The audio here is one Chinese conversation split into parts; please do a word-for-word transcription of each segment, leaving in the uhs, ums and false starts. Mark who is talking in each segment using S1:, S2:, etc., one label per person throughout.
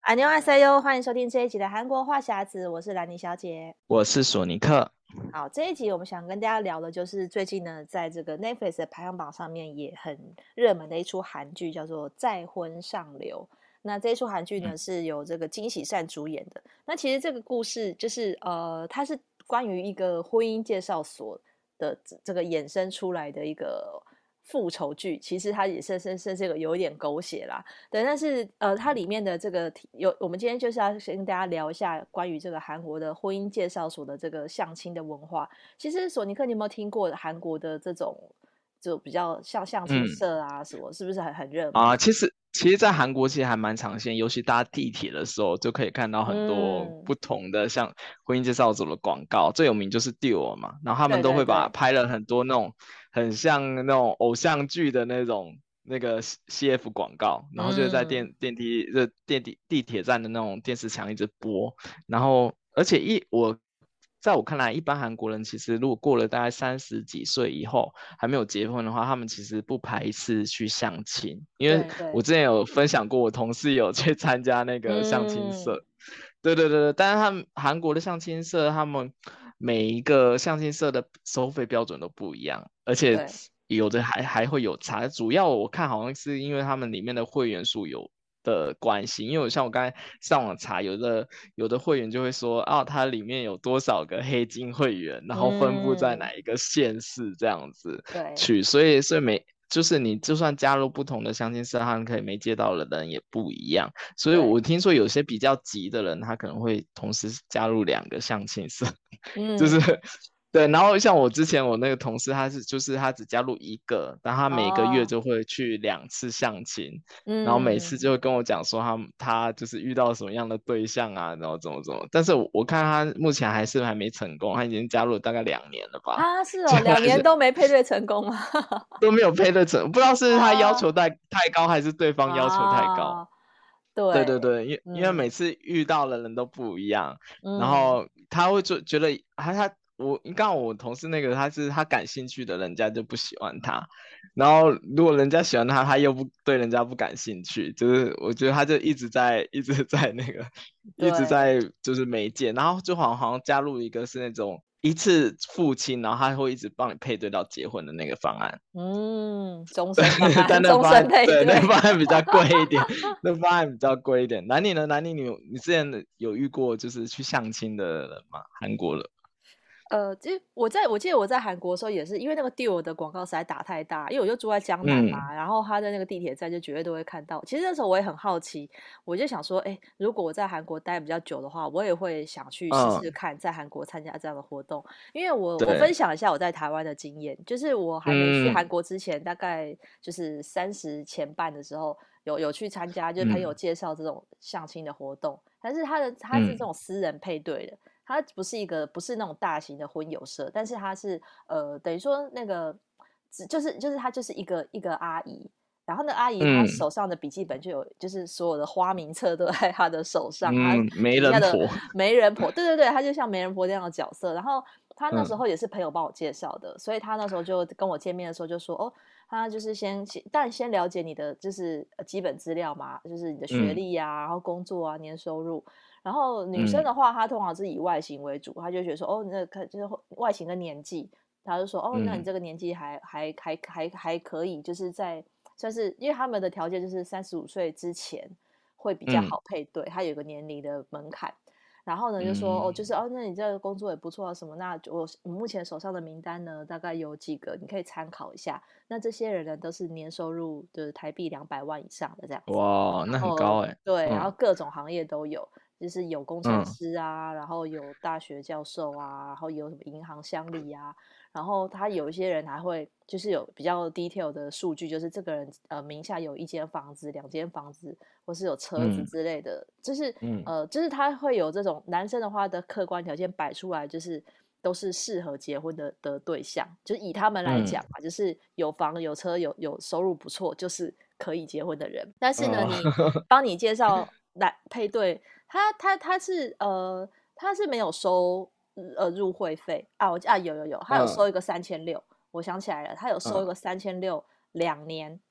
S1: 안녕하세요，欢迎收听这一集的韩国话匣子，我是兰妮小姐。
S2: 我是索尼克。
S1: 好，这一集我们想跟大家聊的就是最近呢，在这个 Netflix 的排行榜上面也很热门的一出韩剧，叫做《再婚上流》。那这一出韩剧呢，
S2: 嗯
S1: 是由这个金喜善主演的。那其实这个故事就是呃，它是关于一个婚姻介绍所的这这个衍生出来的一个复仇剧，其实它也是是是这个有一点狗血啦。对，但是呃，它里面的这个有，我们今天就是要先跟大家聊一下关于这个韩国的婚姻介绍所的这个相亲的文化。其实索尼克，你有没有听过韩国的这种就比较像相亲
S2: 嗯
S1: 社啊什么，是不是很很热门？
S2: 啊，其实其实，在韩国其实还蛮常见，尤其搭地铁的时候，就可以看到很多
S1: 嗯，
S2: 不同的像婚姻介绍所的广告，最有名就是 Dior 嘛，然后他们
S1: 对
S2: 都会把
S1: 对对
S2: 拍了很多那种很像那种偶像剧的那种那个 C F 广告，然后就在
S1: 嗯，
S2: 电电梯的电梯地铁站的那种电视墙一直播，然后而且一我。在我看来，一般韩国人其实如果过了大概三十几岁以后还没有结婚的话，他们其实不排斥去相亲，因为
S1: 对对，
S2: 我之前有分享过，我同事有去参加那个相亲
S1: 嗯，
S2: 社，对对对对，但是他们韩国的相亲社，他们每一个相亲社的收费标准都不一样，而且
S1: 对，
S2: 有的还还会有差。主要我看好像是因为他们里面的会员数有的关系，因为我像我刚才上网查，有的有的会员就会说，啊，它里面有多少个黑金会员，然后分布在
S1: 嗯，
S2: 哪一个县市这样子
S1: 对
S2: 去，所以所以每就是你就算加入不同的相亲社，他们可以没接到的人也不一样。所以
S1: 对，
S2: 我听说有些比较急的人，他可能会同时加入两个相亲社，就是
S1: 嗯，
S2: 对。然后像我之前我那个同事，他是就是他只加入一个，但他每个月
S1: 哦，
S2: 就会去两次相亲，然后每次
S1: 嗯。
S2: 就会跟我讲说他他就是遇到什么样的对象啊，然后怎么怎么。但是我我看他目前还是还没成功，他已经加入了大概两年了吧，
S1: 啊，是
S2: 就
S1: 哦，两年
S2: 还是
S1: 都没配对成功吗？
S2: 都没有配对成，不知道是他要
S1: 啊
S2: 求太太高，还是对方要求太高。
S1: 啊，对，
S2: 对对对，因因为每
S1: 嗯
S2: 次遇到的人都不一样，然
S1: 嗯，
S2: 后他会就觉得他他我刚好我同事那个他是他感兴趣的，人家就不喜欢他，然后如果人家喜欢他，他又不对人家不感兴趣，就是我觉得他就一直在一直在那个一直
S1: 对，
S2: 在就是媒介，然后就好像好像加入一个是那种一次付清，然后他会一直帮你配对到结婚的那个方案。
S1: 嗯，终身方案，
S2: 但那
S1: 终身
S2: 方案对那
S1: 配对。
S2: 方案比较贵一点，那方案比较贵一点。男你呢？男你你有你之前有遇过就是去相亲的人吗？韩国人？
S1: 呃，其实我在我记得我在韩国的时候也是，因为那个 Dior 的广告实在打太大，因为我就住在江南
S2: 嗯
S1: 嘛，然后他在那个地铁站就绝对都会看到。其实那时候我也很好奇，我就想说，哎，如果我在韩国待比较久的话，我也会想去试试
S2: 嗯，
S1: 看在韩国参加这样的活动。因为我我分
S2: 对，
S1: 享一下我在台湾的经验，就是我还没去韩
S2: 嗯
S1: 国之前，大概就是三十前半的时候，有有去参加，就是朋友
S2: 嗯
S1: 介绍这种相亲的活动，但是他的他是这
S2: 嗯
S1: 种私人配对的。它不是一个不是那种大型的婚友社，但是它是呃等于说那个只就是就是它就是一个一个阿姨，然后那阿姨她
S2: 嗯
S1: 手上的笔记本就有就是所有的花名册都在她的手上，她
S2: 嗯，媒
S1: 底下的
S2: 人婆，
S1: 媒人婆，对对对，她就像媒人婆这样的角色。然后她那时
S2: 嗯
S1: 候也是朋友帮我介绍的，所以她那时候就跟我见面的时候就说哦。她就是先先，但先了解你的就是呃基本资料嘛，就是你的学
S2: 嗯
S1: 历呀、然后工作啊、年收入，然后女生
S2: 嗯
S1: 的话，她通常是以外形为主，她就觉得说，哦，那看就是外形跟年纪，她就说，哦，那你
S2: 嗯
S1: 这个年纪还还还还还可以，就是在算是因为他们的条件就是三十五岁之前会比较
S2: 嗯
S1: 好配对，它有一个年龄的门槛。然后呢，就说哦，就
S2: 嗯
S1: 是哦，那你这个工作也不错啊，什么？那我我目前手上的名单呢，大概有几个，你可以参考一下。那这些人呢，都是年收入就是台币两百万以上的这样子。
S2: 哇，那很
S1: 然后
S2: 高哎，
S1: 对，然后
S2: 嗯
S1: 各种行业都有，就是有工程
S2: 嗯
S1: 师啊，然后有大学教授啊，然后有什么银行乡里啊，然后他有一些人还会就是有比较 detail 的数据，就是这个人呃名下有一间房子、两间房子，或是有车子
S2: 嗯
S1: 之类的，就是
S2: 嗯
S1: 呃就是他会有这种男生的话的客观条件摆出来，就是都是适合结婚的的对象，就是以他们来
S2: 嗯
S1: 讲嘛，就是有房有车有有收入不错，就是可以结婚的人。但是呢，
S2: 嗯
S1: 你帮你介绍来配对，他他他是呃他是没有收呃入会费啊，我啊有有有，他有
S2: 嗯
S1: 收一个三千六，我想起来了，他有收一
S2: 嗯
S1: 个三千六两年，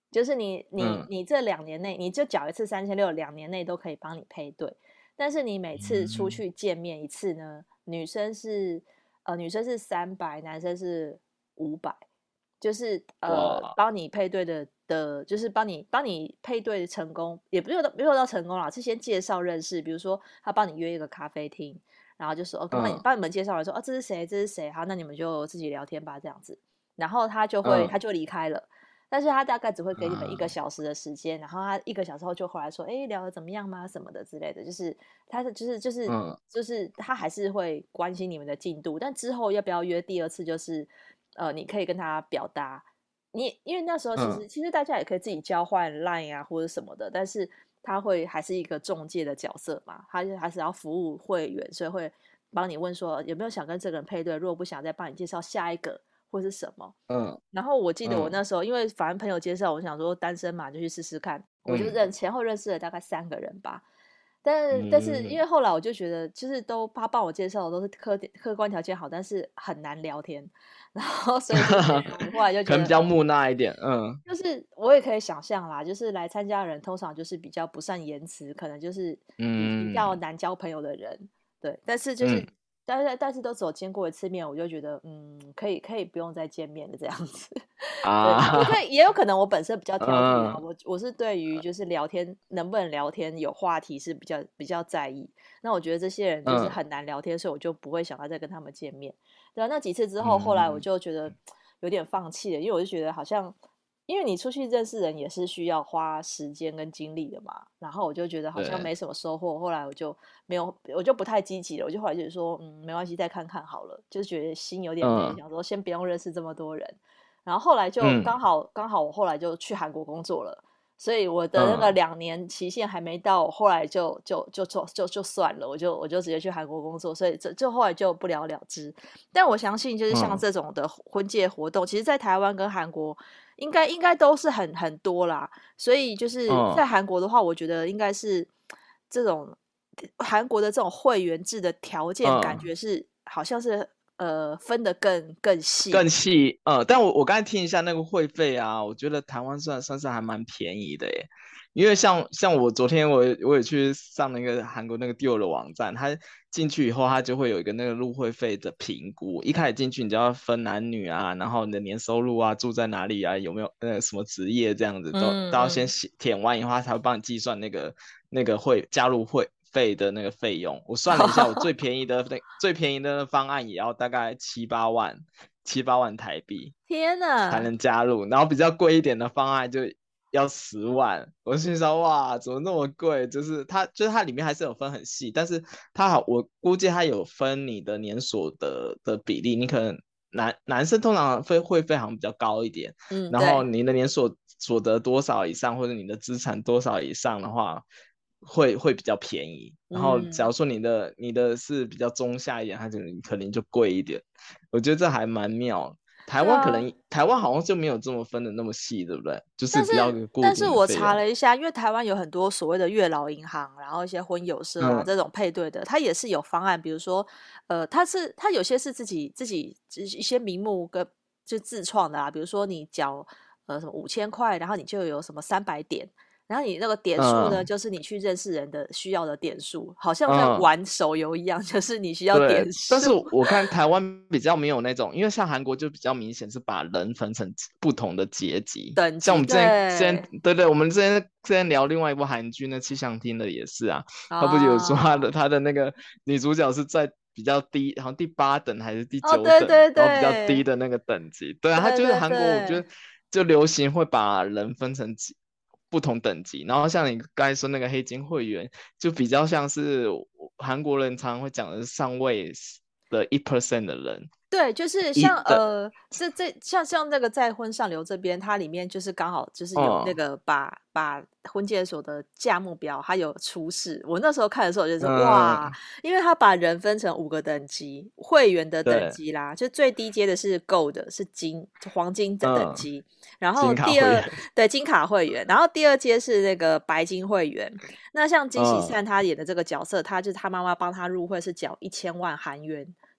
S1: 就是你你、
S2: 嗯、
S1: 你这两年内你就缴一次三千六，两年内都可以帮你配对，但是你每次出去见面一次呢，嗯、女生是呃女生是三百，男生是五百。就是呃，帮你配对的的，就是帮你帮你配对成功，也不是没有到成功啦，是先介绍认识。比如说，他帮你约一个咖啡厅，然后就说哦，帮你帮你们介绍完说哦，这是谁，这是谁，好，那你们就自己聊天吧，这样子。然后他就会、嗯、他就离开了，但是他大概只会给你们一个小时的时间，嗯、然后他一个小时后就回来说，哎，聊得怎么样吗？什么的之类的，就是他的就是就是、嗯、就是他还是会关心你们的进度，但之后要不要约第二次，就是呃，你可以跟他表达。你因为那时候其实、嗯、其实大家也可以自己交换 line 啊或者什么的，但是他会还是一个中介的角色嘛，他还是要服务会员，所以会帮你问说有没有想跟这个人配对，如果不想再帮你介绍下一个或是什么。嗯，然后我记得我那时候、嗯、因为反正朋友介绍，我想说单身嘛就去试试看，我就认、嗯、前后认识了大概三个人吧。但是、嗯、但是因为后来我就觉得就是都他帮我介绍的都是客客观条件好，但是很难聊天，然后所以我后来就觉得
S2: 可能比较木讷一点。嗯，
S1: 就是我也可以想象啦，就是来参加的人通常就是比较不善言辞，可能就是比较难交朋友的人、嗯、对，但是就是、嗯、但是但是都只有见过一次面，我就觉得嗯可以可以不用再见面的这样子啊。对，也可以也有可能我本身比较挑剔啦、嗯、我我是对于就是聊天能不能聊天有话题是比较比较在意，那我觉得这些人就是很难聊天、嗯、所以我就不会想要再跟他们见面。对啊，那几次之后、嗯、后来我就觉得有点放弃了，因为我就觉得好像因为你出去认识人也是需要花时间跟精力的嘛，然后我就觉得好像没什么收获，后来我就没有我就不太积极了，我就后来就是说嗯没关系再看看好了，就是觉得心有点累、嗯、想说先不用认识这么多人，然后后来就刚好、嗯、刚好我后来就去韩国工作了，所以我的那个两年期限还没到，后来就就就就就就算了，我就我就直接去韩国工作，所以这就后来就不了了之。但我相信，就是像这种的婚介活动，嗯、其实，在台湾跟韩国应该应该都是很很多啦。所以就是在韩国的话，我觉得应该是这种韩国的这种会员制的条件，感觉是、嗯、好像是。呃，分得更更细，
S2: 更细，呃，但我我刚才听一下那个会费啊，我觉得台湾算算是还蛮便宜的耶，因为像像我昨天我我也去上那个韩国那个 Deal 的网站，他进去以后他就会有一个那个入会费的评估，一开始进去你就要分男女啊，然后你的年收入啊，住在哪里啊，有没有呃什么职业这样子都、嗯、都要先填完以后，他才会帮你计算那个那个会加入会费的那个费用。我算了一下，我最便宜的最便宜的方案也要大概七八万七八万台币，
S1: 天哪，
S2: 才能加入。然后比较贵一点的方案就要十万。我心想哇，怎么那么贵？就是它就是它里面还是有分很细，但是它好，我估计它有分你的年所得的比例，你可能男男生通常会会费好像比较高一点，嗯，然后你的年所所得多少以上，或者你的资产多少以上的话。会会比较便宜，然后假如说你的、嗯、你的是比较中下一点，它就可能就贵一点。我觉得这还蛮妙。台湾可能、啊、台湾好像就没有这么分的那么细，对不对？就是比较固定的费用。
S1: 但是我查了一下，因为台湾有很多所谓的月老银行，然后一些婚友社啊、嗯、这种配对的，它也是有方案。比如说，呃，它是它有些是自己自己一些名目跟就自创的啊，比如说你缴呃什么五千块，然后你就有什么三百点。然后你那个点数呢、嗯、就是你去认识人的需要的点数，好像在玩手游一样、嗯、就是你需要点数。
S2: 但是我看台湾比较没有那种，因为像韩国就比较明显是把人分成不同的阶级
S1: 等级，
S2: 像我们之前之前对对，我们之前之前聊另外一部韩剧那气象厅的也是啊，啊他不有说他的他的那个女主角是在比较低，好像第八等还是第九等、哦、
S1: 对对对，
S2: 然后比较低的那个等级，对啊，他就是韩国我觉得就流行会把人分成几不同等级，然后像你刚才说那个黑金会员，就比较像是韩国人常常会讲的是上位的一 percent 的人。
S1: 对，就是像呃，这这像像那个在婚上流这边，它里面就是刚好就是有那个把、哦、把婚介所的价目表，它有出示。我那时候看的时候，我就说、嗯、哇，因为它把人分成五个等级，会员的等级啦，就最低阶的是 Gold， 是金黄金的等级，嗯、然后第二对金卡会员，然后第二阶是那个白金会员。那像金喜善他演的这个角色，他就是他妈妈帮他入会是缴一千万韩元。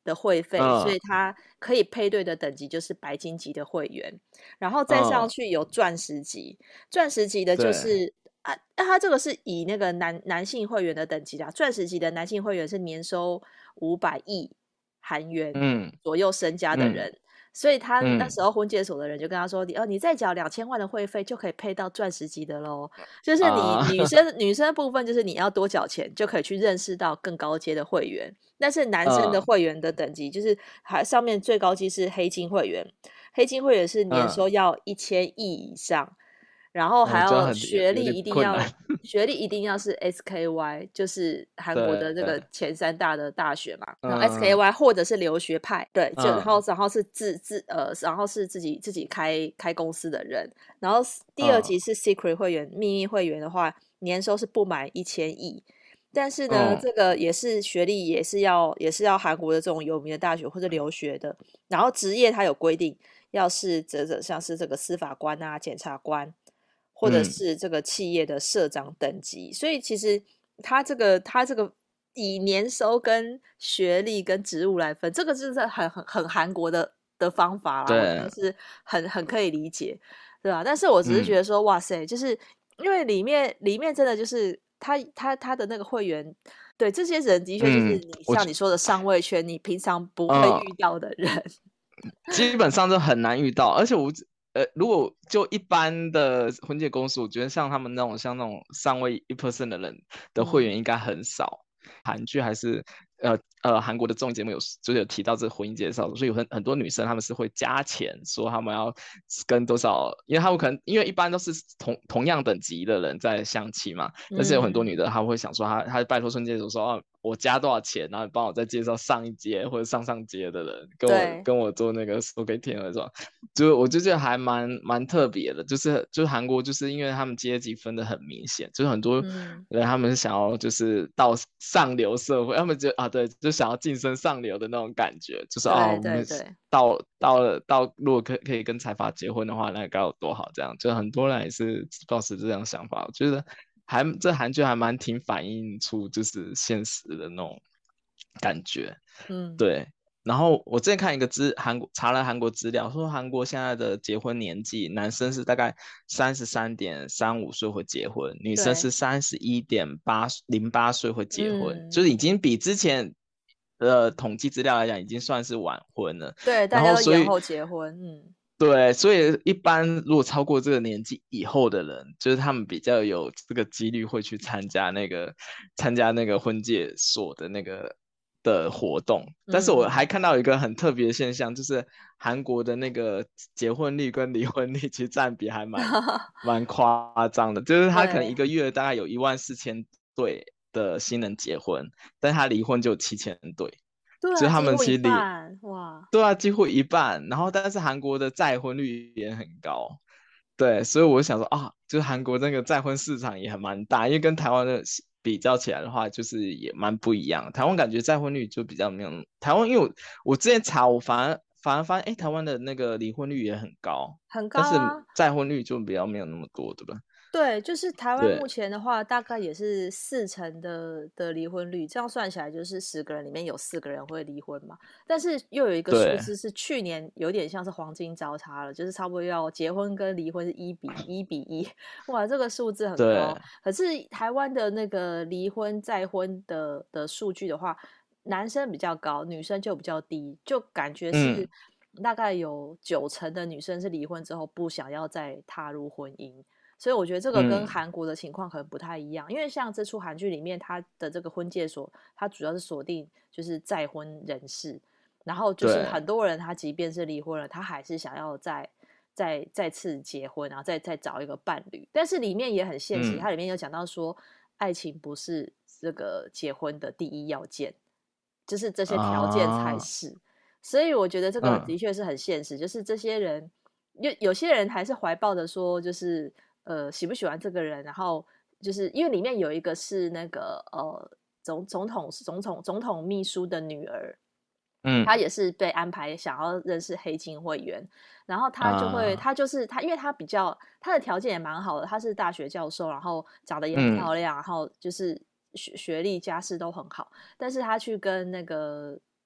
S1: 的会费，
S2: 嗯
S1: 所以他可以配对的等级就是白金级的会员，然后再上
S2: 嗯，
S1: 去有钻石级，钻石级的就
S2: 对，
S1: 是啊，他这个是以那个男男性会员的等级啦，钻石级的男性会员是年收五百亿韩元
S2: 嗯
S1: 左右身家的
S2: 嗯
S1: 人。所以他那
S2: 嗯
S1: 时候婚介所的人就跟他说：“你哦，你再缴两千万的会费就可以配到钻石级的喽。就是你
S2: 啊，
S1: 女生女生部分，就是你要多缴钱就可以去认识到更高阶的会员。但是男生的
S2: 嗯
S1: 会员的等级，就是还上面最高级是黑金会员，黑金会员是年
S2: 嗯
S1: 收要一千亿以上，然后还
S2: 嗯，这
S1: 要
S2: 很有有
S1: 学历一定
S2: 点困难，
S1: 要学历一定要是 S K Y，就是韩国的这个
S2: 对，
S1: 前三大的大学嘛。然后
S2: 嗯
S1: S K Y 或者是留学派，对，就然后
S2: 嗯
S1: 然后是自自呃，然后是自己自己开开公司的人。然后第二
S2: 嗯
S1: 级是 Secret 会员，秘密会员的话，年收是不满一千亿。但是呢，
S2: 嗯
S1: 这个也是学历，也是要也是要韩国的这种有名的大学或者留学的。然后职业它有规定，要是这这像是这个司法官啊、检察官，或者
S2: 嗯，
S1: 是这个企业的社长等级。所以其实他这个他这个以年收跟学历跟职务来分，这个就是很很很韩国的的方法啦。我觉得
S2: 对，
S1: 是很很可以理解，对吧？但是我只是觉
S2: 嗯
S1: 得说，哇塞，就是因为里面里面真的就是他他他的那个会员。对，这些人的确就是
S2: 嗯，
S1: 你
S2: 我觉
S1: 像你说的上位圈，你平常不会
S2: 嗯。
S1: 遇到的人。
S2: 基本上就很难遇到，而且我呃，如果就一般的婚介公司，我觉得像他们那种像那种上位一 percent 的人的会
S1: 嗯
S2: 员应该很少。韩剧还是呃呃韩国的综艺节目有就是有提到这个婚姻介绍，所以有很很多女生她们是会加钱说她们要跟多少，因为她们可能因为一般都是同同样等级的人在相亲嘛，但是有很多女
S1: 嗯，
S2: 的她会想说她她拜托婚介所说哦我加多少钱，然后你帮我再介绍上一阶或者上上阶的人跟我
S1: 对，
S2: 跟我做那个 soul 那种，就我就觉得还蛮蛮特别的，就是就是韩国就是因为他们阶级分的很明显，就是很多
S1: 嗯，
S2: 人他们是想要就是到上流社会，他们觉得啊对，就想要晋升上流的那种感觉，就是啊
S1: 对
S2: 我们
S1: 对对，
S2: 到到了到如果可可以跟财阀结婚的话，那该有多好，这样就很多人也是抱持这样想法，我觉得还这韩剧还蛮挺反映出就是现实的那种感觉，
S1: 嗯，
S2: 对。然后我之前看一个资韩国查了韩国资料，说韩国现在的结婚年纪，男生是大概三十三点三五岁会结婚，女生
S1: 对，
S2: 是三十一点八零八岁会结婚，就
S1: 嗯，
S2: 是已经比之前的统计资料来讲，已经算是晚婚了。
S1: 对，大
S2: 然后所以
S1: 家都延后结婚，嗯
S2: 对，所以一般如果超过这个年纪以后的人，就是他们比较有这个几率会去参加那个参加那个婚介所的那个的活动。但是我
S1: 嗯，
S2: 还看到一个很特别的现象，就是韩国的那个结婚率跟离婚率其实占比还蛮蛮夸张的，就是他可能一
S1: 对
S2: 个月大概有一万四千对的新人结婚，但他离婚就有七千对。
S1: 对啊，
S2: 就是他
S1: 几乎一
S2: 们其实离
S1: 半，哇，
S2: 对啊，几乎一半。然后，但是韩国的再婚率也很高，对，所以我想说啊，就是韩国那个再婚市场也还蛮大，因为跟台湾的比较起来的话，就是也蛮不一样。台湾感觉再婚率就比较没有，台湾因为我我之前查，我反而反而发现，哎，台湾的那个离婚率也很高，
S1: 很
S2: 但是
S1: 高啊。
S2: 再婚率就比较没有那么多，对吧？
S1: 对，就是台湾
S2: 对
S1: 目前的话，大概也是四成的的离婚率，这样算起来就是十个人里面有四个人会离婚嘛。但是又有一个数
S2: 对
S1: 字是去年有点像是黄金交叉了，就是差不多要结婚跟离婚是一比一比一，哇，这个数字很
S2: 对，
S1: 高。可是台湾的那个离婚再婚的的数据的话，男生比较高，女生就比较低，就感觉
S2: 嗯
S1: 是大概有九成的女生是离婚之后不想要再踏入婚姻。所以我觉得这个跟
S2: 嗯
S1: 韩国的情况可能不太一样，因为像这出韩剧里面，它的这个婚介所，它主要是锁定就是再婚人士，然后就是
S2: 对，
S1: 很多人他即便是离婚了，他还是想要再再再次结婚，然后再再找一个伴侣。但是里面也很现实，
S2: 嗯
S1: 它里面有讲到说，爱情不是这个结婚的第一要件，就是这些条件才
S2: 啊，
S1: 是。所以我觉得这个
S2: 嗯
S1: 的确是很现实，就是这些人有有些人还是怀抱着说，就是呃喜不喜欢这个人，然后就是因为里面有一个是那个呃总总统总统总统秘书的女儿，
S2: 嗯
S1: 她也是被安排想要认识黑金会员，然后她就会
S2: 啊，
S1: 她就是她，因为她比较她的条件也蛮好的，她是大学教授，然后长得也很
S2: 嗯
S1: 漂亮，然后就是学学历家世都很好，但是她去跟那个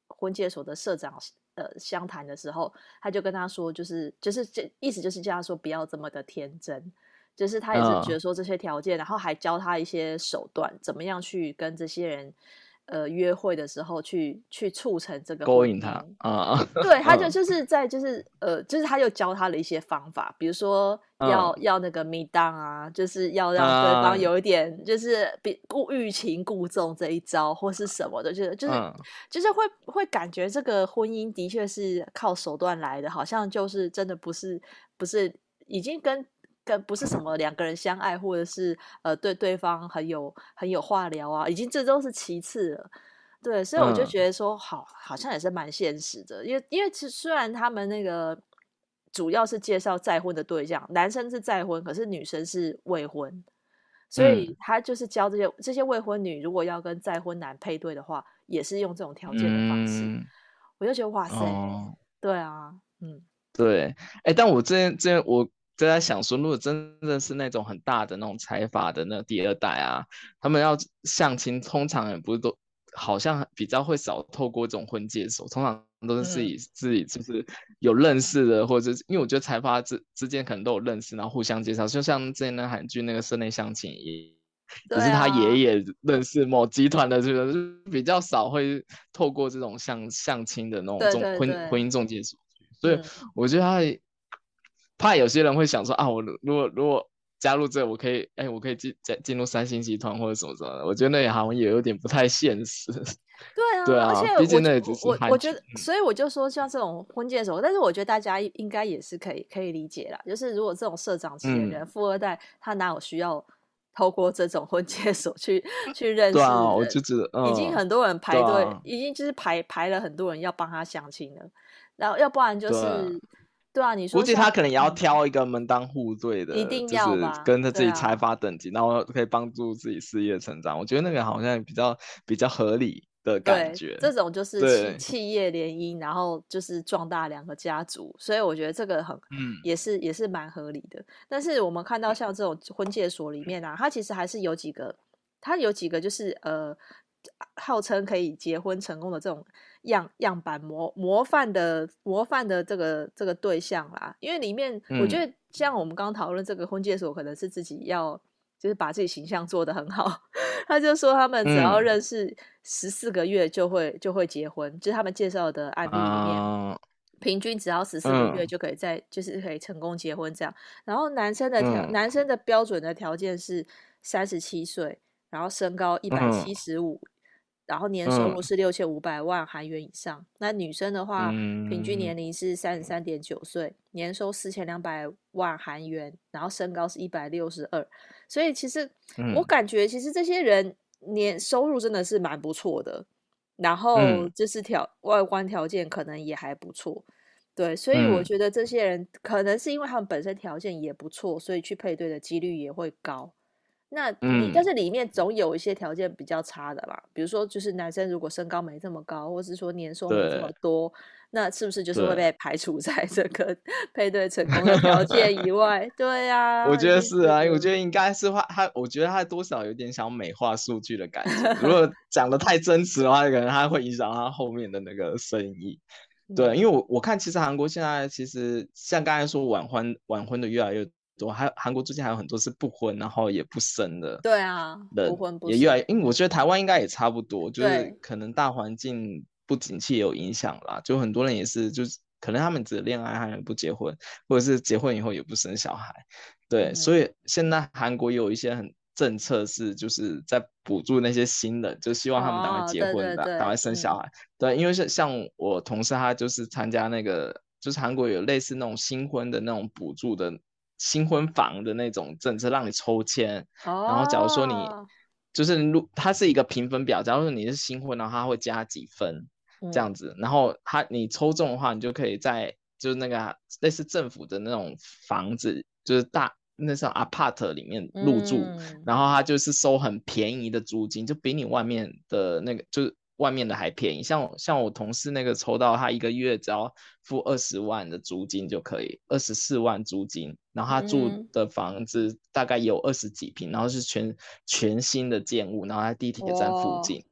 S1: 婚介所的社长呃相谈的时候，他就跟他说，就是就是这意思就是叫他说不要这么的天真，就是他也是觉
S2: 嗯
S1: 得说这些条件，然后还教他一些手段，怎么样去跟这些人呃约会的时候去去促成这个婚
S2: 勾引他
S1: 姻。
S2: 啊。
S1: 对，他就
S2: 嗯
S1: 就是在就是呃，就是他又教他了一些方法，比如说要
S2: 嗯
S1: 要那个密档啊，就是要让对方
S2: 嗯
S1: 有一点就是比故欲擒故纵这一招或是什么的，就是就是
S2: 嗯
S1: 就是会会感觉这个婚姻的确是靠手段来的，好像就是真的不是不是已经跟跟不是什么两个人相爱，或者是呃对对方很有很有话聊啊，已经这都是其次了。对，所以我就
S2: 嗯
S1: 觉得说，好，好像也是蛮现实的，因为因为其实虽然他们那个主要是介绍再婚的对象，男生是再婚，可是女生是未婚，所以
S2: 嗯
S1: 他就是教这些这些未婚女，如果要跟再婚男配对的话，也是用这种条件的方式。
S2: 嗯
S1: 我就觉得哇塞，
S2: 哦。
S1: 对啊，嗯
S2: 对，哎，但我之前之前我就在想说，如果真的是那种很大的那种财阀的那第二代啊，他们要相亲，通常也不是都好像比较会少透过这种婚介所，通常都是自
S1: 嗯，
S2: 己自己就是有认识的，或者是因为我觉得财阀之之间可能都有认识，然后互相介绍，就像之前那韩剧那个室内相亲也。就
S1: 对
S2: 是他爷
S1: 啊，
S2: 爷认识某集团的这个，就是比较少会透过这种相相亲的那种
S1: 对
S2: 中
S1: 对对，
S2: 婚婚姻中介所。所以
S1: 嗯。
S2: 我觉得他怕有些人会想说啊，我如如果如果加入这，我可以，哎，我可以进进进入三星集团或者什么什么的。我觉得那也好像也有点不太现实。
S1: 对啊，而且
S2: 对啊，毕
S1: 我就
S2: 竟那也只是韩剧。
S1: 我我觉得，所以我就说像这种婚介所，但是我觉得大家应该也是可以可以理解啦。就是如果这种社长级的人，
S2: 嗯，
S1: 富二代，他哪有需要透过这种婚介所去去认
S2: 对啊，我
S1: 识人？
S2: 就觉得，
S1: 已经
S2: 嗯，
S1: 很多人排队，
S2: 对啊，
S1: 已经就是排排了很多人要帮他相亲了，然后要不然就
S2: 对啊，
S1: 是，对啊，你
S2: 估
S1: 说像
S2: 计他可能也要
S1: 嗯，
S2: 挑一个门当户对的，
S1: 一定
S2: 就是
S1: 要吧？
S2: 跟着自己财
S1: 对啊，
S2: 阀等级，然后可以帮助自己事业成长。我觉得那个好像比较比较合理的感
S1: 对，
S2: 觉。
S1: 这种就是企
S2: 对，
S1: 企业联姻，然后就是壮大两个家族，所以我觉得这个很
S2: 嗯
S1: 也是也是蛮合理的。但是我们看到像这种婚介所里面啊，它其实还是有几个，它有几个就是呃，号称可以结婚成功的这种样样板模模范的模范的这个这个对象啦。因为里面我觉
S2: 嗯
S1: 得像我们刚刚讨论这个婚介所，可能是自己要就是把自己形象做得很好。他就说他们只要
S2: 嗯
S1: 认识十四个月就会就会结婚，就是他们介绍的案例里面，
S2: 啊
S1: 平均只要十四个月
S2: 嗯
S1: 就可以在就是可以成功结婚这样。然后男生的条
S2: 嗯
S1: 男生的标准的条件是三十七岁，然后身高一百
S2: 嗯
S1: 七十五，然后年收
S2: 嗯
S1: 入是六千五百万韩元以上。那女生的话，平均
S2: 嗯
S1: 年龄是三十三点九岁，年收四千两百万韩元，然后身高是一百六十二。所以其实我
S2: 嗯
S1: 感觉，其实这些人年收入真的是蛮不错的，然后
S2: 嗯
S1: 就是条外观条件可能也还不错。对，所以我
S2: 嗯
S1: 觉得这些人可能是因为他们本身条件也不错，所以去配对的几率也会高。那里但
S2: 嗯，
S1: 是里面总有一些条件比较差的啦，比如说就是男生如果身高没这么高，或是说年收没这么
S2: 对
S1: 多，那是不是就是会
S2: 对。
S1: 被排除在这个配对成功的条件以外？对
S2: 我
S1: 呀，一
S2: 觉得是啊，
S1: 定是的。
S2: 我觉得应该是话，他我觉得他多少有点想美化数据的感觉。如果讲的太真实的话，可能他会影响他后面的那个生意。对，因
S1: 嗯，
S2: 为我我看其实韩国现在其实像刚才说晚婚晚婚的越来越多，还有韩国最近还有很多是不婚然后也不生的
S1: 对啊，不
S2: 人
S1: 婚不生，
S2: 也越来越，因为我觉得台湾应该也差不多，就是
S1: 对，
S2: 可能大环境不景气也有影响啦，就很多人也是就是可能他们只恋爱还不结婚，或者是结婚以后也不生小孩。对，所
S1: 嗯，
S2: 以现在韩国也有一些很政策是就是在补助那些新人，就希望他们赶快
S1: 哦，对
S2: 结婚，赶赶快
S1: 对对，嗯
S2: 生小孩。对，因为像像我同事他就是参加那个，就是韩国有类似那种新婚的那种补助的新婚房的那种政策，让你抽签。然后假如说你
S1: 哦，
S2: 就是如它是一个评分表，假如说你是新婚，然后他会加几分这
S1: 嗯
S2: 样子，然后他你抽中的话，你就可以在就是那个类似政府的那种房子，就是大那种 apart 里面入住，
S1: 嗯，
S2: 然后他就是收很便宜的租金，就比你外面的那个就是外面的还便宜。像像我同事那个抽到，他一个月只要付二十万的租金就可以，二十四万租金，然后他住
S1: 嗯，
S2: 的房子大概有二十几平，然后是全全新的建物，然后在地铁站附
S1: 哇，
S2: 近。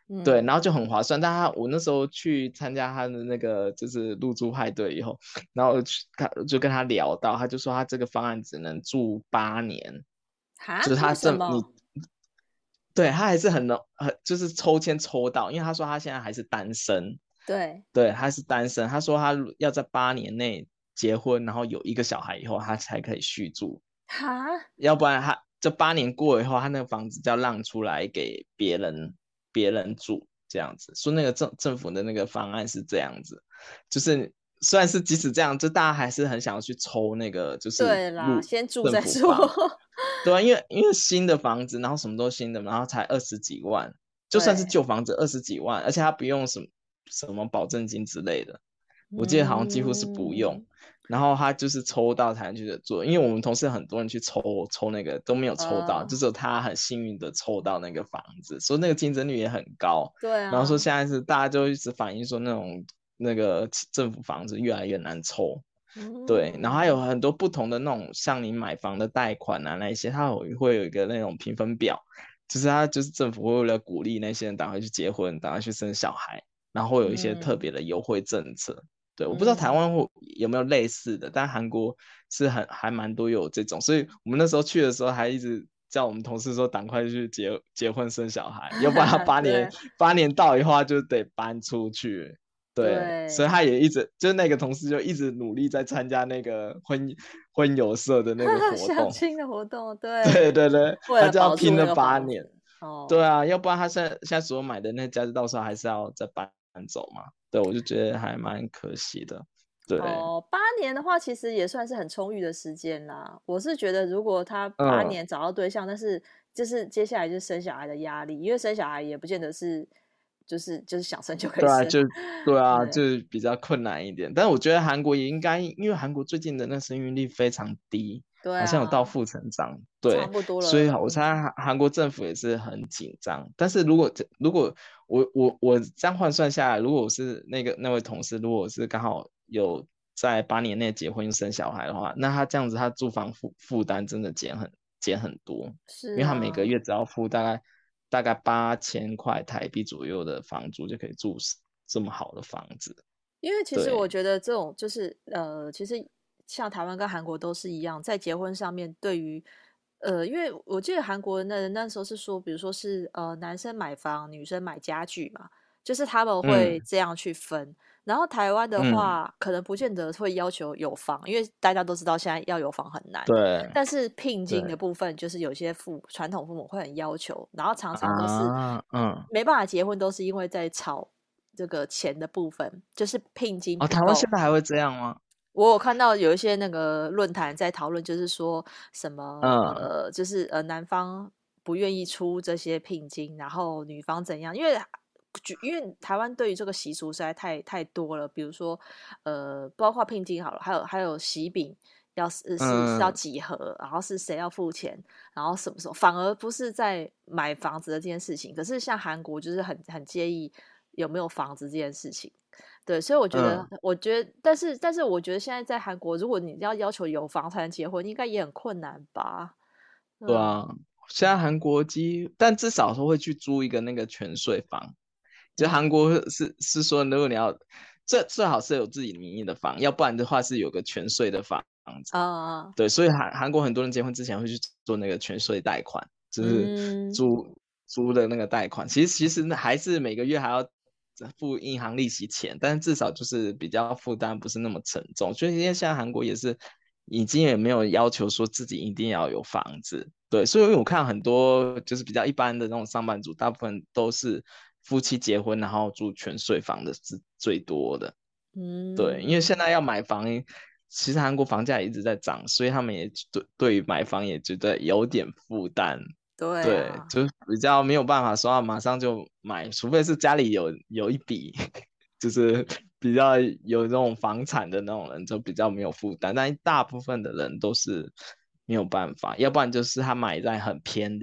S2: 对，
S1: 嗯，
S2: 然后就很划算。但他我那时候去参加他的那个就是入住派对以后，然后去他就跟他聊到，他就说他这个方案只能住八年，
S1: 哈，
S2: 就是他
S1: 为什
S2: 这你
S1: 么？
S2: 对他还是很能很就是抽签抽到，因为他说他现在还是单身，
S1: 对，
S2: 对，他是单身。他说他要在八年内结婚，然后有一个小孩以后，他才可以续住，
S1: 哈，
S2: 要不然他这八年过了以后，他那个房子就要让出来给别人别人住，这样子。说那个政政府的那个方案是这样子，就是虽然是即使这样，就大家还是很想要去抽那个就是
S1: 对啦，
S2: 入
S1: 先住
S2: 政
S1: 再说。
S2: 府房，对啊，因为因为新的房子，然后什么都新的，然后才二十几万，就算是
S1: 对，
S2: 旧房子二十几万，而且他不用什么什么保证金之类的，我记得好像几乎是不用。
S1: 嗯，
S2: 然后他就是抽到才能去做，因为我们同事很多人去抽抽那个都没有抽到，就
S1: 呃，
S2: 只有他很幸运的抽到那个房子，所以那个竞争率也很高。然后说
S1: 对啊，
S2: 现在是大家就一直反映说那种那个政府房子越来越难抽，对，然后还有
S1: 嗯，
S2: 很多不同的那种，像你买房的贷款啊，那一些，它有会有一个那种评分表，就是它就是政府会为了鼓励那些人赶快去结婚，赶快去生小孩，然后会有一些特
S1: 嗯，
S2: 别的优惠政策。对，我不知道台
S1: 嗯，
S2: 湾会有没有类似的，但韩国是很还蛮多有这种，所以我们那时候去的时候还一直叫我们同事说赶快去结结婚生小孩，要不然他八年
S1: 对
S2: 八年到以后他就得搬出去。对，所以
S1: 对，
S2: 他也一直就是那个同事就一直努力在参加那个婚婚友社的那个活动。
S1: 相亲的活动，
S2: 对
S1: 对，
S2: 对对，
S1: 为了
S2: 他就要
S1: 保住那
S2: 拼了
S1: 个房子，
S2: 八年。对
S1: 哦。
S2: 啊，要不然他现在现在所有买的那家到时候还是要再搬走嘛。对，我就觉得还蛮可惜的。对，
S1: 哦，八年的话，其实也算是很充裕的时间啦。我是觉得，如果他八
S2: 嗯，
S1: 年找到对象，但是就是接下来就是生小孩的压力，因为生小孩也不见得是就是就是想生就可以
S2: 对啊，
S1: 生。
S2: 就对啊，就
S1: 对
S2: 比较困难一点。但是我觉得韩国也应该，因为韩国最近的那生育率非常低，
S1: 对
S2: 好像有到
S1: 啊，
S2: 负成长。对，
S1: 差不多
S2: 所以
S1: 了。
S2: 我猜韩韩国政府也是很紧张。但是如果这如果我我我这样换算下来，如果我是那个那位同事，如果我是刚好有在八年内结婚又生小孩的话，那他这样子他住房负负担真的减很减很多，因为他每个
S1: 是啊，
S2: 月只要付大概大概八千块台币左右的房租就可以住这么好的房子。
S1: 因为其实我
S2: 对，
S1: 觉得这种就是呃，其实像台湾跟韩国都是一样，在结婚上面对于呃，因为我记得韩国那那时候是说，比如说是呃男生买房，女生买家具嘛，就是他们会
S2: 嗯
S1: 这样去分。然后台湾的
S2: 嗯，
S1: 话，可能不见得会要求有房，因为大家都知道现在要有房很难。
S2: 对
S1: 但是聘金的
S2: 对
S1: 部分，就是有些父传统父母会很要求，然后常常都是
S2: 啊，嗯，
S1: 没办法结婚，都是因为在吵这个钱的部分，就是聘金
S2: 哦，台湾现
S1: 不够。
S2: 在还会这样吗？
S1: 我有看到有一些那个论坛在讨论，就是说什么
S2: 嗯
S1: 呃，就是呃男方不愿意出这些聘金，然后女方怎样？因为举因为台湾对于这个习俗实在太太多了，比如说呃，包括聘金好了，还有还有喜饼。要是是是要
S2: 嗯，
S1: 几何，然后是谁要付钱，然后什么时候，反而不是在买房子的这件事情。可是像韩国就是很很介意有没有房子这件事情。对，所以我觉得，
S2: 嗯，
S1: 我觉得，但是，但是，我觉得现在在韩国，如果你要要求有房才能结婚，应该也很困难吧？对啊，
S2: 对啊，现在韩国机，但至少说会去租一个那个全税房。就韩
S1: 嗯
S2: 国是是说，如果你要，最最好是有自己名义的房，要不然的话是有个全税的房子。
S1: 啊，
S2: 对，所以韩韩国很多人结婚之前会去做那个全税贷款，就是
S1: 嗯，
S2: 租租的那个贷款。其实其实还是每个月还要付银行利息钱，但是至少就是比较负担不是那么沉重。所以因为现在韩国也是已经也没有要求说自己一定要有房子。对，所以因为我看很多就是比较一般的那种上班族，大部分都是夫妻结婚然后住全税房的是最多的。对，因为现
S1: 嗯，
S2: 在要买房，其实韩国房价也一直在涨，所以他们也对对于买房也觉得有点负担。对，
S1: 对啊，
S2: 就是比较没有办法说啊，马上就买，除非是家里有有一笔，就是比较有那种房产的那种人，就比较没有负担。但大部分的人都是没有办法，要不然就是他买在很偏的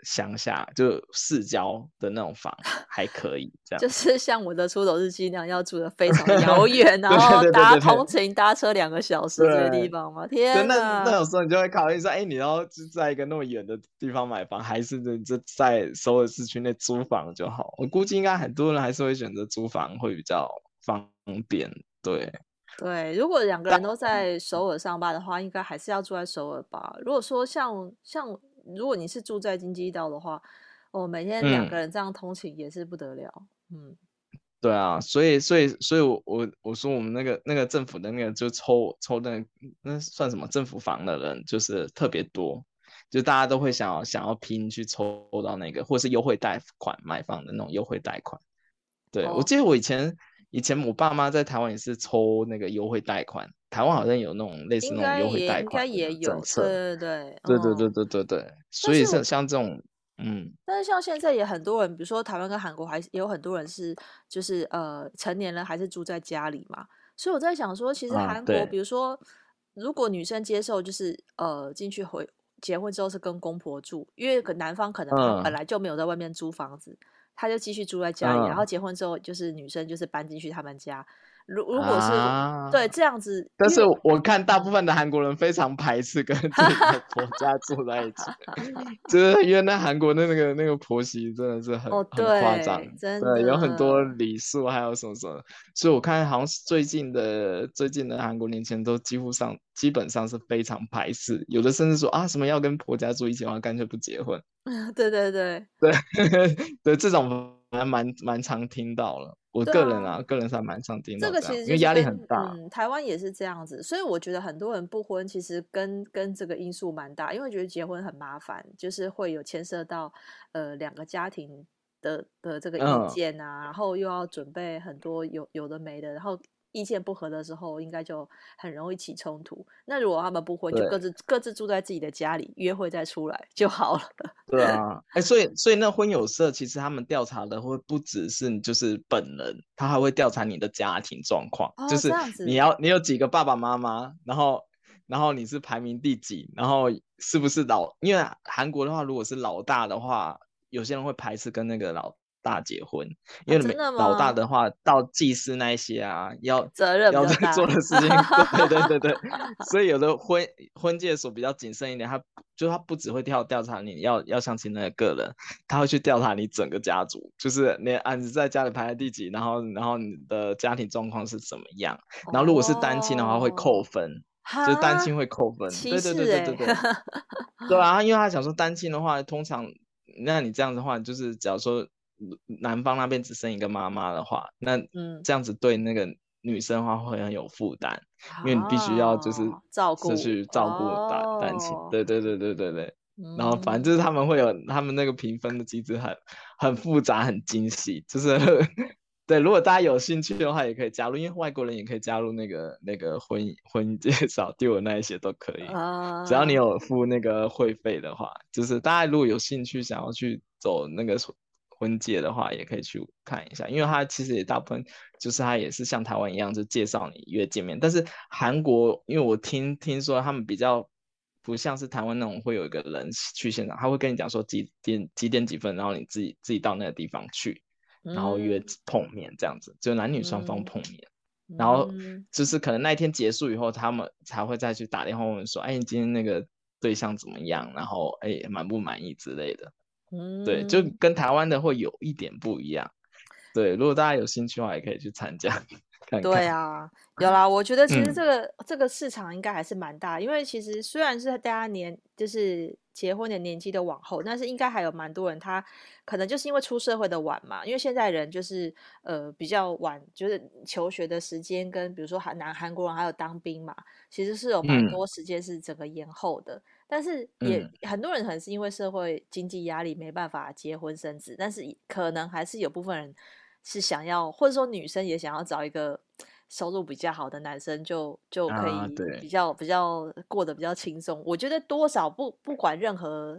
S2: 乡下，就市郊的那种房还可以这样。
S1: 就是像我的出走日记那样，要住的非常的遥远，然后
S2: 对对对
S1: 搭
S2: 对对
S1: 通勤搭车两个小时这些地方吗？
S2: 对，
S1: 天
S2: 那那
S1: 哪！
S2: 种时候你就会考虑说，哎，你要是在一个那么远的地方买房，还是就就在首尔市区内租房就好？我估计应该很多人还是会选择租房会比较方便。对，
S1: 对，如果两个人都在首尔上班的话，应该还是要住在首尔吧。如果说像像如果你是住在京畿道的话，哦，每天两个
S2: 嗯，
S1: 人这样通勤也是不得了。嗯，
S2: 对啊，所以所以所以我我我说我们那个那个政府的那个就抽抽那个那算什么政府房的人就是特别多，就大家都会想要想要拼去抽到那个，或是优惠贷款买房的那种优惠贷款。对，我
S1: 哦，
S2: 记得我以前以前我爸妈在台湾也是抽那个优惠贷款，台湾好像有那种类似
S1: 应
S2: 那种优惠
S1: 该也应该
S2: 贷款的
S1: 也有，
S2: 政策。
S1: 对对对，
S2: 对对对
S1: 嗯。
S2: 对对对，
S1: 但是
S2: 所以像像这种，嗯
S1: 但是像现在也很多人，比如说台湾跟韩国，还是也有很多人是就是呃成年人还是住在家里嘛。所以我在想说，其实
S2: 啊，
S1: 韩国，
S2: 对，
S1: 比如说如果女生接受就是呃进去回结婚之后是跟公婆住，因为可男方可能他本
S2: 嗯
S1: 来就没有在外面租房子，他就继续住在家里，然后
S2: 嗯
S1: 结婚之后就是女生就是搬进去他们家。如如果是对
S2: 啊。
S1: 这样子，
S2: 但是
S1: 因为
S2: 我看大部分的韩国人非常排斥跟自己的婆家住在一起，就是因为那韩国的那个那个婆媳真的是很
S1: 哦
S2: 很夸张。
S1: 对，真
S2: 对，有很多
S1: 的。
S2: 礼数，还有什么什么，所以我看好像是最近的最近的韩国年轻人都几乎上基本上是非常排斥，有的甚至说啊什么要跟婆家住一起的话，干脆不结婚。
S1: 对对对
S2: 对对，这种还蛮蛮常听到了。我
S1: 对啊，
S2: 个人啊，个人是还蛮常听
S1: 这个
S2: 到这样，
S1: 其实就是跟
S2: 因为压力很大。
S1: 嗯，台湾也是这样子，所以我觉得很多人不婚，其实跟跟这个因素蛮大，因为觉得结婚很麻烦，就是会有牵涉到呃两个家庭的的这个意
S2: 嗯，
S1: 见啊，然后又要准备很多有有的没的，然后意见不合的时候，应该就很容易起冲突。那如果他们不婚，就各
S2: 对。
S1: 自各自住在自己的家里，约会再出来就好了。
S2: 对啊，哎，所以所以那婚友社其实他们调查的会不只是你就是本人，他还会调查你的家庭状况，就
S1: 哦，这
S2: 是
S1: 样子
S2: 你要你有几个爸爸妈妈，然后然后你是排名第几，然后是不是老，因为韩国的话，如果是老大的话，有些人会排斥跟那个老大结婚，
S1: 啊，
S2: 因为每
S1: 真的
S2: 老大
S1: 吗？
S2: 的话到祭司那一些啊，要
S1: 责任比
S2: 要在
S1: 较大。
S2: 做的事情，对对对对，所以有的婚婚介所比较谨慎一点，他就他不只会调调查你要要相亲那个个人，他会去调查你整个家族，就是你啊你在家里排在第几，然后然后你的家庭状况是怎么样，然后如果是单亲的话会扣
S1: 哦，
S2: 分，就是单
S1: 哈，
S2: 亲会扣分，
S1: 歧
S2: 对对对
S1: 视哎、
S2: 对对对，对啊，因为他想说单亲的话，通常那你这样的话，就是假如说男方那边只生一个妈妈的话，那
S1: 嗯，
S2: 这样子对那个女生的话会很有负担，因为你必须要就是
S1: 啊，照
S2: 是
S1: 顾
S2: 去照顾单单亲，
S1: 哦，
S2: 对对对对对对。然后反正就是
S1: 嗯，
S2: 他们会有他们那个评分的机制很很复杂很精细，就是对，如果大家有兴趣的话也可以加入，因为外国人也可以加入那个那个婚姻婚姻介绍、丢我那一些都可以，只要你
S1: 啊，
S2: 有付那个会费的话，就是大家如果有兴趣想要去走那个婚介的话，也可以去看一下，因为它其实也大部分就是它也是像台湾一样，就介绍你约见面。但是韩国，因为我听听说他们比较不像是台湾那种会有一个人去现场，他会跟你讲说几点几点几分，然后你自己自己到那个地方去，然后约
S1: 嗯
S2: 碰面这样子，就男女双方
S1: 嗯
S2: 碰面。然后
S1: 嗯
S2: 就是可能那一天结束以后，他们才会再去打电话问说，哎，你今天那个对象怎么样？然后哎，满不满意之类的。对，就
S1: 嗯，
S2: 跟台湾的会有一点不一样。对，如果大家有兴趣的话，也可以去参加看看。
S1: 对啊，有啦，我觉得其实这
S2: 嗯
S1: 个这个市场应该还是蛮大，因为其实虽然是大家年就是结婚的年纪都往后，但是应该还有蛮多人他可能就是因为出社会的晚嘛，因为现在人就是呃比较晚，就是求学的时间跟比如说韩南韩国人还有当兵嘛，其实是有蛮
S2: 嗯
S1: 多时间是整个延后的，但是也
S2: 嗯
S1: 很多人可能是因为社会经济压力没办法结婚生子，但是可能还是有部分人是想要，或者说女生也想要找一个收入比较好的男生就，就可
S2: 啊，
S1: 以比
S2: 对，
S1: 较比较过得比较轻松。我觉得多少不不管任何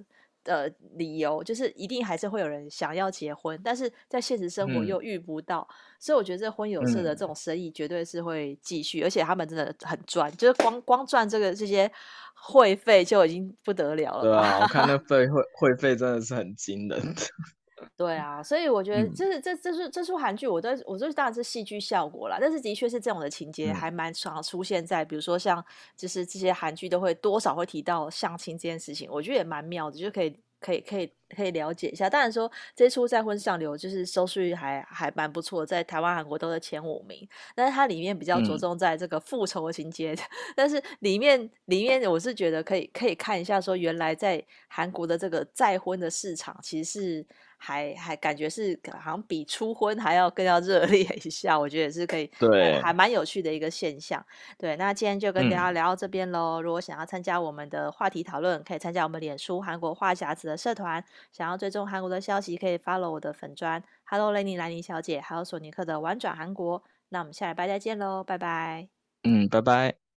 S1: 呃理由，就是一定还是会有人想要结婚，但是在现实生活
S2: 嗯
S1: 又遇不到，所以我觉得这婚友社的
S2: 嗯，
S1: 这种生意绝对是会继续，而且他们真的很赚，就是光光赚这个这些会费就已经不得了了吧。
S2: 对啊，我看那费会会费真的是很惊人的。
S1: 对啊，所以我觉得
S2: 嗯
S1: 这是这这出这出韩剧，我都我这当然是戏剧效果啦，但是的确是这种的情节
S2: 嗯
S1: 还蛮常出现在，比如说像就是这些韩剧都会多少会提到相亲这件事情，我觉得也蛮妙的，就可以可以可以可以了解一下。当然说这出在婚上流就是收视率还还蛮不错的，在台湾、韩国都是前五名，但是它里面比较着
S2: 嗯，
S1: 重在这个复仇的情节，但是里面里面我是觉得可以可以看一下，说原来在韩国的这个再婚的市场其实是还还感觉是好像比初婚还要更要热烈一下，我觉得也是可以还还
S2: 对，
S1: 蛮有趣的一个现象。对，那今天就跟大家
S2: 嗯
S1: 聊到这边喽。如果想要参加我们的话题讨论，可以参加我们脸书韩国话匣子的社团。想要追踪韩国的消息，可以 follow 我的粉专 Hello Lenny 兰妮小姐，还有索尼克的玩转韩国。那我们下礼拜再见喽，拜拜。
S2: 嗯，拜拜。